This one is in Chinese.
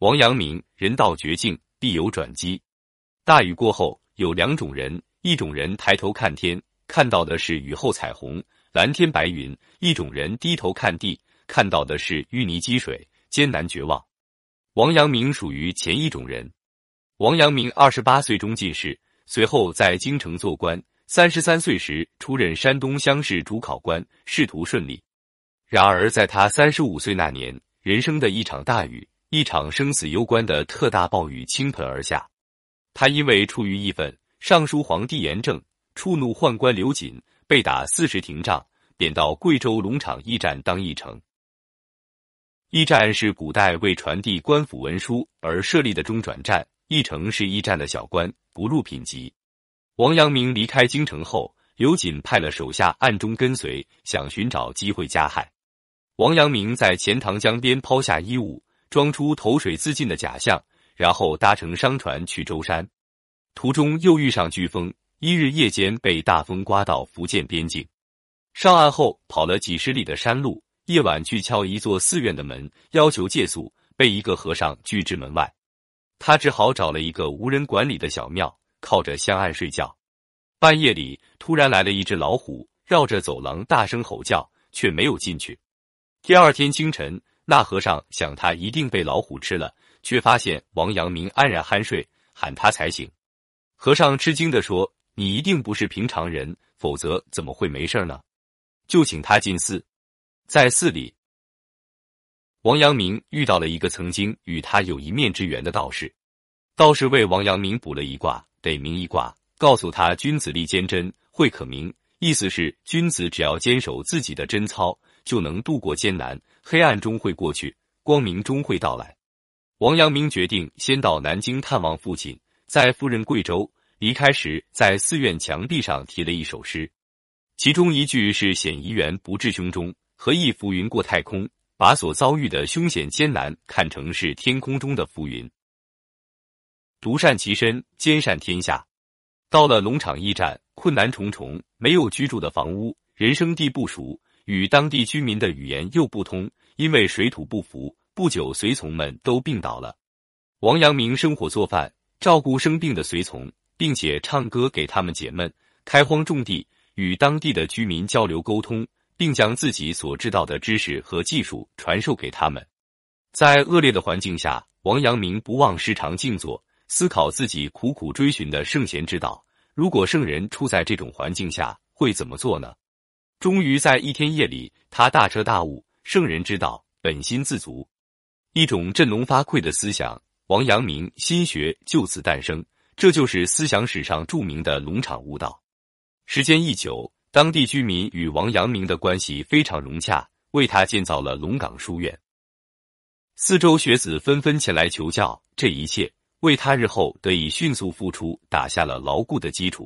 王阳明人到绝境，必有转机。大雨过后有两种人，一种人抬头看天，看到的是雨后彩虹，蓝天白云；一种人低头看地，看到的是淤泥积水，艰难绝望。王阳明属于前一种人。王阳明28岁中进士，随后在京城做官，33岁时出任山东乡试主考官，仕途顺利。然而在他35岁那年，人生的一场大雨，一场生死攸关的特大暴雨倾盆而下。他因为出于义愤，上书皇帝炎正，触怒宦官刘瑾，被打40廷杖，贬到贵州龙场驿站当驿丞。驿站是古代为传递官府文书而设立的中转站，驿丞是驿站的小官，不入品级。王阳明离开京城后，刘瑾派了手下暗中跟随，想寻找机会加害。王阳明在钱塘江边抛下衣物，装出投水自尽的假象，然后搭乘商船去舟山。途中又遇上飓风，1日夜间被大风刮到福建边境。上岸后跑了几十里的山路，夜晚去敲一座寺院的门，要求借宿，被一个和尚拒之门外。他只好找了一个无人管理的小庙，靠着香案睡觉。半夜里突然来了一只老虎，绕着走廊大声吼叫，却没有进去。第二天清晨，那和尚想他一定被老虎吃了，却发现王阳明安然酣睡，喊他才醒。和尚吃惊地说：“你一定不是平常人，否则怎么会没事呢？”就请他进寺。在寺里，王阳明遇到了一个曾经与他有一面之缘的道士。道士为王阳明卜了一卦，得名一卦，告诉他君子立坚贞，会可明，意思是君子只要坚守自己的贞操，就能度过艰难，黑暗终会过去，光明终会到来。王阳明决定先到南京探望父亲，在赴任贵州，离开时在寺院墙壁上题了一首诗，其中一句是显疑元不至胸中，何意浮云过太空，把所遭遇的凶险艰难看成是天空中的浮云。独善其身，兼善天下。到了龙场驿站，困难重重，没有居住的房屋，人生地不熟，与当地居民的语言又不通，因为水土不服，不久随从们都病倒了。王阳明生火做饭，照顾生病的随从，并且唱歌给他们解闷，开荒种地，与当地的居民交流沟通，并将自己所知道的知识和技术传授给他们。在恶劣的环境下，王阳明不忘时常静坐，思考自己苦苦追寻的圣贤之道，如果圣人处在这种环境下，会怎么做呢？终于在一天夜里，他大彻大悟，圣人之道，本心自足。一种振聋发聩的思想，王阳明心学就此诞生，这就是思想史上著名的龙场悟道。时间一久，当地居民与王阳明的关系非常融洽，为他建造了龙岗书院。四周学子纷纷前来求教，这一切为他日后得以迅速复出打下了牢固的基础。